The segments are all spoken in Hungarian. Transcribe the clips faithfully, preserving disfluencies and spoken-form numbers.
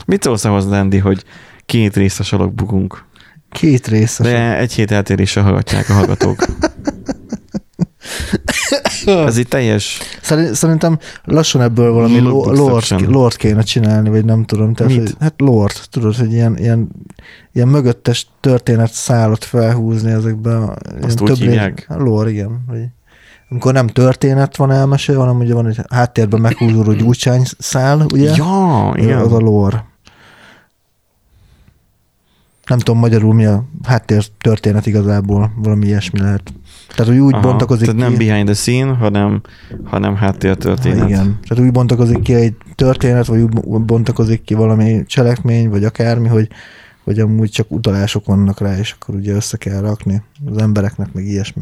Mit szólsz ahhoz, Lendi, hogy két részes a logbukunk? Két részes. De egy hét eltéréssel hallgatják a hallgatók. Ez itt teljes... Szerintem lassan ebből valami lord, lord kéne csinálni, vagy nem tudom. Tehát, hogy, hát lord, tudod, hogy ilyen, ilyen, ilyen mögöttes történet szállot felhúzni ezekben. Azt úgy hívják? Lore, igen. Hogy amikor nem történet van elmesélve, hanem ugye van egy háttérben meghúzódó gyújtsány szál, ugye? Ja, igen. Az a lore. Nem tudom magyarul mi a háttér történet igazából, valami ilyesmi lehet. Tehát úgy Aha, bontakozik tehát ki. nem behind the scene, hanem, hanem háttér történet. Ha, igen. Tehát úgy bontakozik ki egy történet, vagy úgy bontakozik ki valami cselekmény, vagy akármi, hogy, hogy amúgy csak utalások vannak rá, és akkor ugye össze kell rakni az embereknek, meg ilyesmi.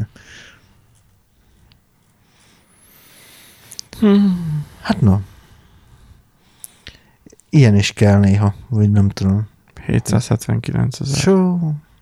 Hmm. Hát na. Ilyen is kell néha, vagy nem tudom. hétszázhetvenkilencezer. So.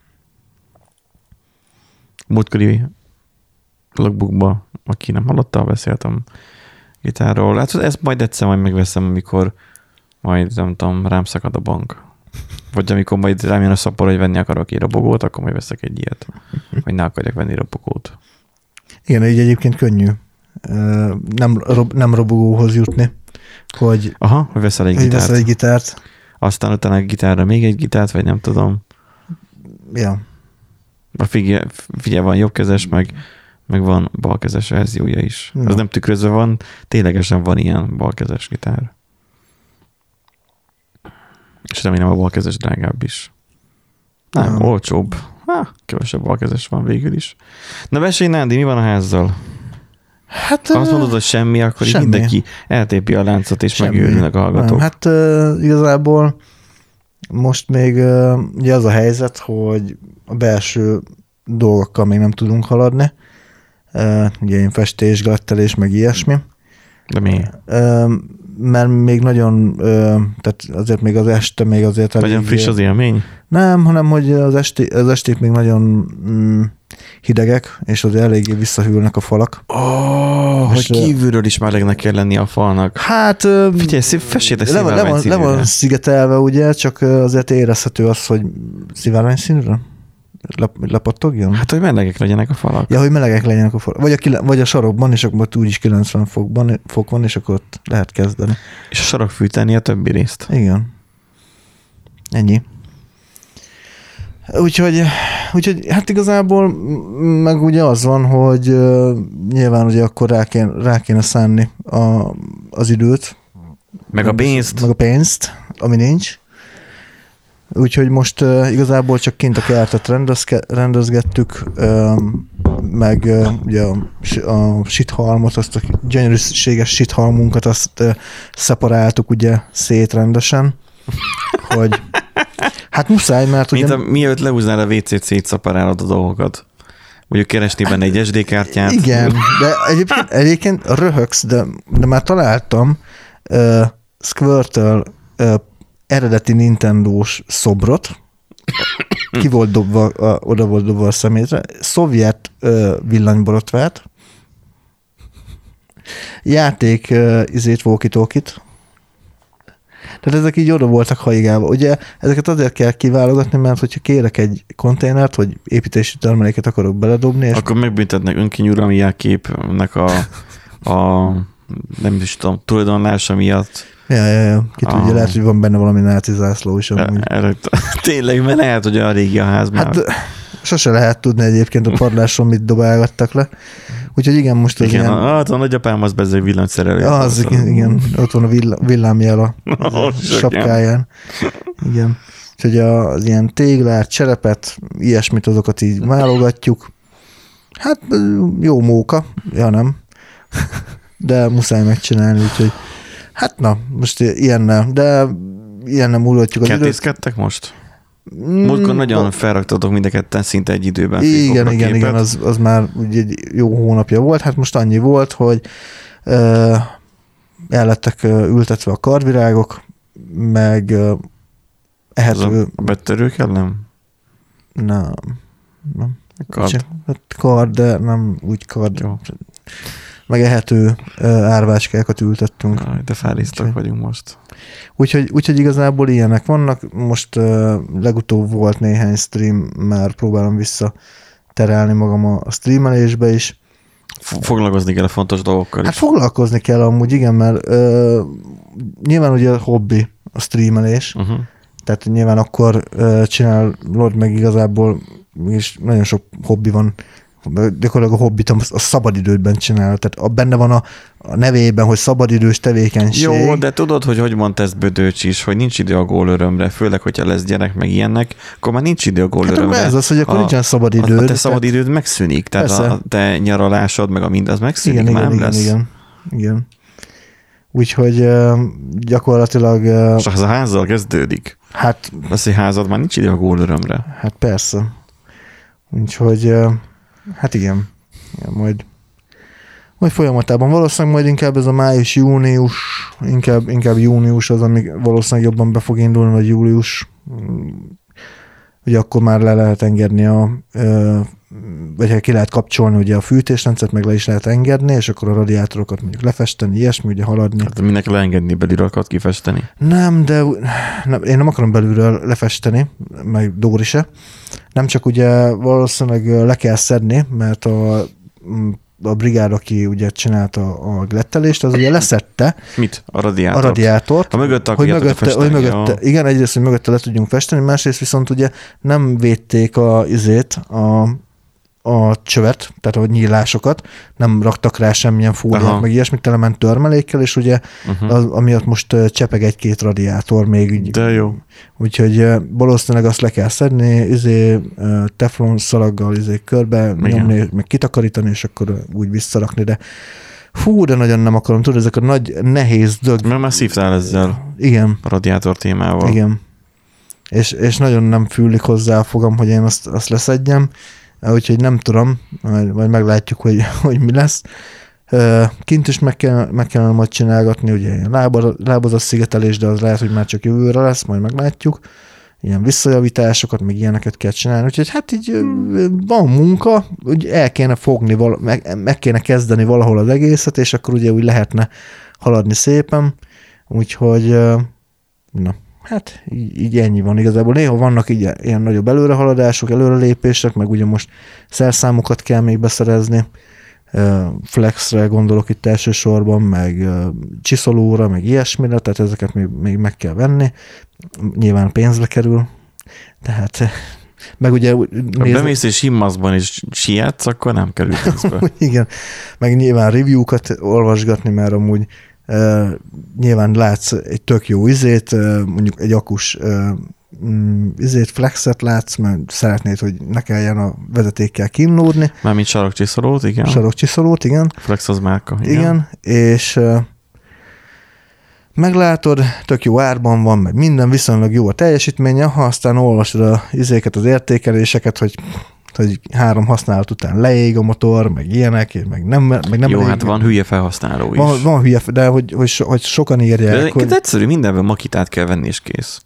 Múltkori logbookba, aki nem hallotta, beszéltem gitárról. Hát ezt majd egyszer majd megveszem, amikor majd nem tudom, rám szakad a bank. Vagy amikor majd rám jön a szapor, hogy venni akarok egy robogót, akkor majd veszek egy ilyet. Vagy ne akarjak venni robogót. Igen, így egyébként könnyű. Nem, rob, nem robogóhoz jutni, hogy, Aha, hogy veszel egy hogy gitárt. veszel egy gitárt. Aztán utána a gitárra még egy gitárt, vagy nem tudom. Ja. A figyelj, figyelj van jobbkezes, meg, meg van balkezes verziója is. Ja. Az nem tükrözve van, ténylegesen van ilyen balkezes gitár. És remélem a balkezes drágább is. Nem, ja. Olcsóbb. Há, kevesebb balkezes van végül is. Na mesélj, Nándi, mi van a házzal? Hát, ha azt mondod, hogy semmi, akkor semmi. Mindenki eltépi a láncot, és semmi. Megőrülnek a hallgatók. Nem, hát uh, igazából most még uh, ugye az a helyzet, hogy a belső dolgokkal még nem tudunk haladni. Uh, ugye én festés, glattelés, meg ilyesmi. De mi? Uh, mert még nagyon, uh, tehát azért még az este még azért... Nagyon elég, friss az élmény? Nem, hanem hogy az, esti, az esték még nagyon mm, hidegek, és azért eléggé visszahűlnek a falak. Ó, oh, hogy kívülről is melegnek kell lenni a falnak. Hát... Figyelj, fessétek le, le, van, le van szigetelve, ugye, csak azért érezhető az, hogy szivárvány színűre lepattogjon. Hát, hogy melegek legyenek a falak. Ja, hogy melegek legyenek a falak. Vagy a, vagy a sarokban, és akkor úgyis kilencven fokban, fok van, és akkor ott lehet kezdeni. És a sarok fűteni a többi részt. Igen. Ennyi. Úgyhogy, úgyhogy hát igazából meg ugye az van, hogy uh, nyilván ugye akkor rá kéne, rá kéne szánni a, az időt. Meg a pénzt. Meg a pénzt, ami nincs. Úgyhogy most uh, igazából csak kint a kertet rendezke, rendezgettük, uh, meg uh, ugye a, a sithalmot, azt a gyönyörűséges sithalmunkat, azt uh, szeparáltuk ugye szét rendesen, hogy hát muszáj, mert Mint ugye... a, mielőtt lehúznál a vé cét, szétszaparálod a dolgokat. Mondjuk keresni benne egy es dé kártyát. Igen, de egyébként, egyébként röhögsz, de, de már találtam uh, Squirtle uh, eredeti Nintendós szobrot, ki volt dobva, a, oda volt dobva a szemétre, szovjet uh, villanyborotvát, játék uh, izét, walkie-talkie-t, tehát ezek így oda voltak haigálva. Ugye ezeket azért kell kiválogatni, mert hogyha kérek egy konténert, hogy építési termeléket akarok beledobni, és... Akkor megbüntetnek önkinyuralmi jelképnek a, a nem is tudom, tulajdonlása miatt. Ja, ja, ja. Ki tudja, ah. lehet, hogy van benne valami náci zászló is. Erre, tényleg, mert lehet, hogy a régi a ház már. Hát sose lehet tudni egyébként a padláson, mit dobálgattak le. Úgyhogy igen, most az igen, ilyen... Igen, a nagyapám az bezzeg villanyszerelő. Az, igen, igen, ott van a villám, villámjel a oh, sapkáján. Igen. Úgyhogy az ilyen téglát, cserepet, ilyesmit, azokat így válogatjuk. Hát jó móka, ja nem. De muszáj megcsinálni, úgyhogy hát na, most ilyennel, de ilyennel múlhatjuk az időt. Kertészkedtek most? Múltkor nagyon felraktatok mind a ketten szinte egy időben. Igen, igen, képet. igen, az, az már ugye egy jó hónapja volt. Hát most annyi volt, hogy uh, el lettek uh, ültetve a kardvirágok, meg uh, ehető... A betörő kell, nem? Nem. nem. Kard. Hát kard, de nem úgy kard. Jó. meg ehető árvácskákat ültettünk. Aj, de felrésztek vagyunk most. Úgyhogy, úgyhogy igazából ilyenek vannak. Most uh, legutóbb volt néhány stream, már próbálom visszaterelni magam a, a streamelésbe is. Foglalkozni kell a fontos dolgokkal is. Hát foglalkozni kell amúgy, igen, mert uh, nyilván ugye a hobbi a streamelés, uh-huh. tehát nyilván akkor uh, csinálod meg igazából, és nagyon sok hobbi van, gyakorlatilag a hobbit a szabadidődben csinálod, tehát a, benne van a, a nevében, hogy szabadidős tevékenység. Jó, de tudod, hogy hogy mondta ezt Bödöcs is, hogy nincs idő a gólörömre, főleg, hogyha lesz gyerek meg ilyennek, akkor már nincs idő a gólörömre. Hát ez az, hogy akkor a, nincsen szabadidőd. A te szabadidőd megszűnik, tehát persze. A te nyaralásod, meg a mindaz megszűnik, igen, már igen, nem igen, lesz. Igen, igen. Úgyhogy gyakorlatilag... És az a házzal kezdődik. Hát... Az, hogy házad már nincs idő a gólörömre. Hát persze. Úgyhogy... Hát igen, igen majd, majd folyamatában. Valószínűleg majd inkább ez a május-június, inkább, inkább június az, ami valószínűleg jobban be fog indulni, vagy július. Ugye akkor már le lehet engedni a, vagy ki lehet kapcsolni ugye a fűtésrendszert, meg le is lehet engedni, és akkor a radiátorokat mondjuk lefesteni, ilyesmi, ugye haladni. Hát mindenki leengedni, belülről kifesteni. Nem, de nem, én nem akarom belülről lefesteni, meg Dóri se. Nem csak ugye valószínűleg le kell szedni, mert a, a brigád, aki ugye csinálta a glettelést, az ugye leszedte. Mit? A radiátort? A radiátort. A mögötte, hogy mögötte, hogy mögötte, igen, egyrészt, hogy mögötte le tudjunk festeni, másrészt viszont ugye nem védték a izét, a a csövet, tehát a nyílásokat, nem raktak rá semmilyen fóliát, meg ilyesmit, telement törmelékkel, és ugye uh-huh. az, amiatt most csepeg egy-két radiátor még. De jó. Úgyhogy valószínűleg azt le kell szedni, izé, teflon szalaggal izé, körbe igen. nyomni, meg kitakarítani, és akkor úgy visszarakni, de fú, de nagyon nem akarom, tudod, ezek a nagy, nehéz dög. Mert már szívtál ezzel. Igen. A radiátor témával. Igen. És, és nagyon nem fűlik hozzá a fogam, hogy én azt, azt leszedjem. Úgyhogy nem tudom, majd, majd meglátjuk, hogy, hogy mi lesz. Kint is meg, kell, meg kellene majd csinálgatni, ugye ilyen lábazat szigetelés, de az lehet, hogy már csak jövőre lesz, majd meglátjuk. Ilyen visszajavításokat, meg ilyeneket kell csinálni. Úgyhogy hát így van munka, úgy el kéne fogni, meg, meg kéne kezdeni valahol az egészet, és akkor ugye úgy lehetne haladni szépen. Úgyhogy na. Hát így, így ennyi van igazából. Néha vannak így ilyen nagyobb előrehaladások, előrelépések, meg ugye most szerszámokat kell még beszerezni. Flexre gondolok itt elsősorban, meg csiszolóra, meg ilyesmire, tehát ezeket még, még meg kell venni. Nyilván pénzbe kerül. Tehát meg ugye... Ha bemész és himmaszban is sietsz, akkor nem kerül pénzbe. Igen, meg nyilván review-kat olvasgatni, mert amúgy Uh, nyilván látsz egy tök jó izét, uh, mondjuk egy akus uh, um, izét, flexet látsz, mert szeretnéd, hogy ne kelljen a vezetékkel kínlódni. Mármint sarokcsiszolót, igen. Sarokcsiszolót, igen. Flex az márka, igen. Igen, és uh, meglátod, tök jó árban van, meg minden viszonylag jó a teljesítménye, ha aztán olvasod az izéket, az értékeléseket, hogy hogy három használat után leég a motor, meg ilyenek, meg nem, meg nem jó, elég, hát van hülye felhasználó is. Van, van hülye, de hogy, hogy, hogy sokan írják. De hogy... egyszerű, mindenben makitát kell venni, és kész.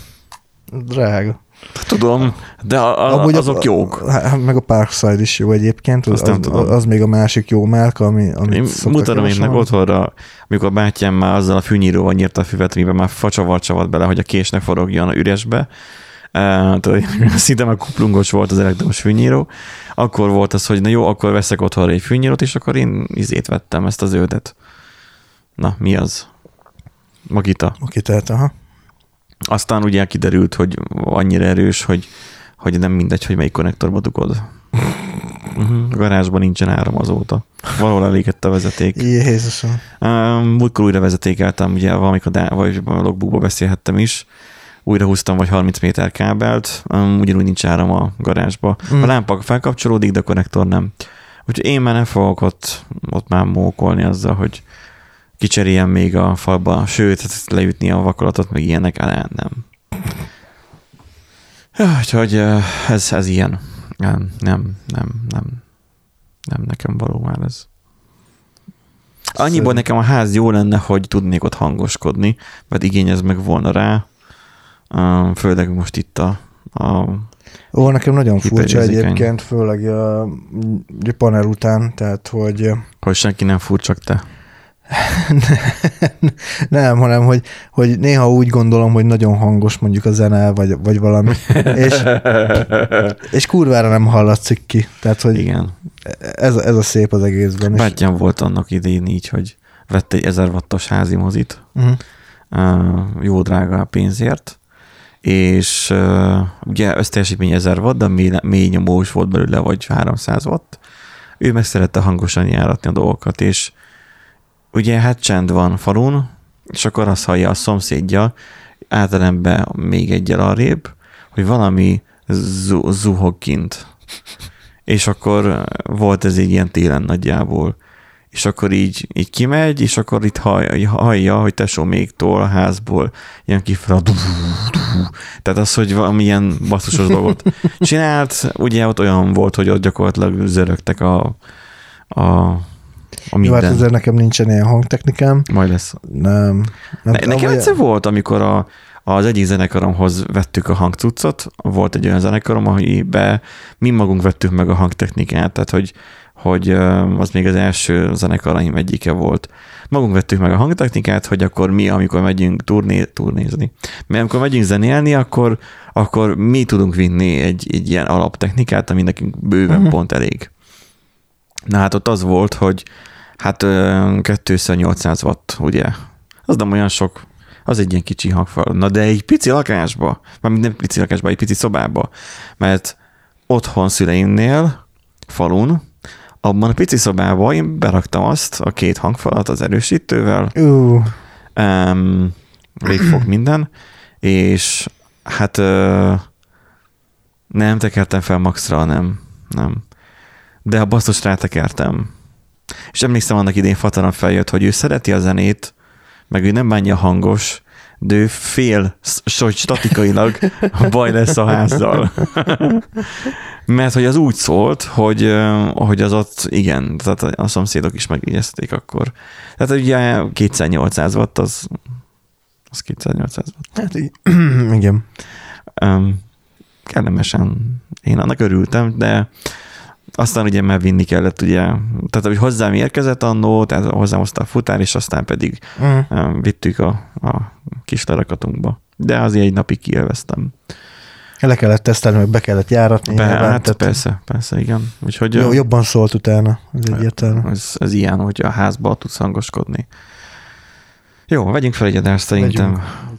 Drága. Tudom, de a, a, azok a, jók. Meg a Parkside is jó egyébként, az, az, az még a másik jó márka, ami, amit én mutatom én meg otthonra, amikor a bátyám már azzal a fűnyíróval nyírta a füvet, amiben már facsavar csavart bele, hogy a kés ne forogjon a üresbe. Uh, szinte már kuplungos volt az elektromos fűnyíró, akkor volt az, hogy na jó, akkor veszek otthonra egy fűnyírót, és akkor én izét vettem, ezt az zöldet. Na, mi az? Magita. Magitát, aha. Aztán ugye kiderült, hogy annyira erős, hogy, hogy nem mindegy, hogy melyik konnektorba dugod. Uh-huh. A garázsban nincsen áram azóta. Valahol elégett a vezeték. Jézusom. Uh, múltkor újra vezetékeltem, ugye valamikor dá- vagy a logbookba beszélhettem is. Újra húztam vagy harminc méter kábelt, um, ugyanúgy nincs áram a garázsba. Mm. A lámpa felkapcsolódik, de a konnektor nem. Úgyhogy én már nem fogok ott, ott már mókolni azzal, hogy kicseréljem még a falba, sőt, leütni a vakolatot, meg ilyenek, el nem. Úgyhogy ez, ez ilyen. Nem, nem, nem, nem, nem nekem való már ez. Annyiból nekem a ház jó lenne, hogy tudnék ott hangoskodni, mert igény ez meg volna rá. Főleg most itt a, a Ó, nekem nagyon furcsa egyébként, főleg a, a panel után, tehát hogy... Hogy senki nem fur, csak te. Nem, hanem, hogy, hogy néha úgy gondolom, hogy nagyon hangos mondjuk a zene, vagy, vagy valami, és, és kurvára nem hallatszik ki. Tehát, hogy igen. Ez, ez a szép az egészben. Bátyám volt annak idején így, hogy vett egy ezer wattos házi mozit, uh-huh. jó drága pénzért, és uh, ugye összteljesítmény ezer watt, de mély, mély nyomós volt belőle, vagy háromszáz watt. Ő meg szerette hangosan járatni a dolgokat, és ugye hát csend van falun, és akkor azt hallja a szomszédja, általában még egyel arrébb, hogy valami zu- zuhog kint. És akkor volt ez így ilyen télen nagyjából. És akkor így, így kimegy, és akkor itt hallja, hallja hogy tesó még tól a házból ilyen kifele. Tehát az, hogy valamilyen basszusos dolgot csinált, ugye ott olyan volt, hogy ott gyakorlatilag zörögtek a, a, a minden. Jó, hát ezzel nekem nincsen ilyen hangtechnikám. Majd lesz. Nem. nem ne, nekem egyszer volt, amikor a, az egyik zenekaromhoz vettük a hangcuccot, volt egy olyan zenekarom, amiben mi magunk vettük meg a hangtechnikát, tehát hogy hogy az még az első zenekaraim egyike volt. Magunk vettük meg a hangtechnikát, hogy akkor mi, amikor megyünk turné, turnézni. Mert amikor megyünk zenélni, akkor, akkor mi tudunk vinni egy, egy ilyen alaptechnikát, ami nekünk bőven uh-huh. pont elég. Na hát ott az volt, hogy hát kétezer-nyolcszáz watt, ugye? Az nem olyan sok, az egy ilyen kicsi hangfal. Na de egy pici lakásba, mármint nem pici lakásba, egy pici szobába, mert otthon szüleimnél, falun, abban a pici szobában én beraktam azt, a két hangfalat az erősítővel, uh. um, végfog minden, és hát uh, nem tekertem fel maxra, nem, nem. De a basszus rátekertem. És emlékszem, annak idén Fataran feljött, hogy ő szereti a zenét, meg ő nem bánja hangos, de ő fél, hogy statikailag baj lesz a házzal. Mert hogy az úgy szólt, hogy, hogy az ott, igen, tehát a szomszédok is megjegyezték akkor. Tehát ugye kétezer-nyolcszáz watt, az, az kétezer-nyolcszáz watt. Hát igen. Um, kellemesen én annak örültem, de aztán ugye már vinni kellett, ugye, tehát hogy hozzám érkezett annó, tehát hozzám hozta a futár, és aztán pedig uh-huh. um, vittük a, a kis lerakatunkba. De azért egy napig kielveztem. Le kellett tesztelni, meg be kellett járatni. Be, hát persze, persze, igen. Úgyhogy, jó, jobban szólt utána, ez egyértelmű. Ez, ez ilyen, hogy a házba tudsz hangoskodni. Jó, vegyünk fel egy adást szerintem. Vegyünk.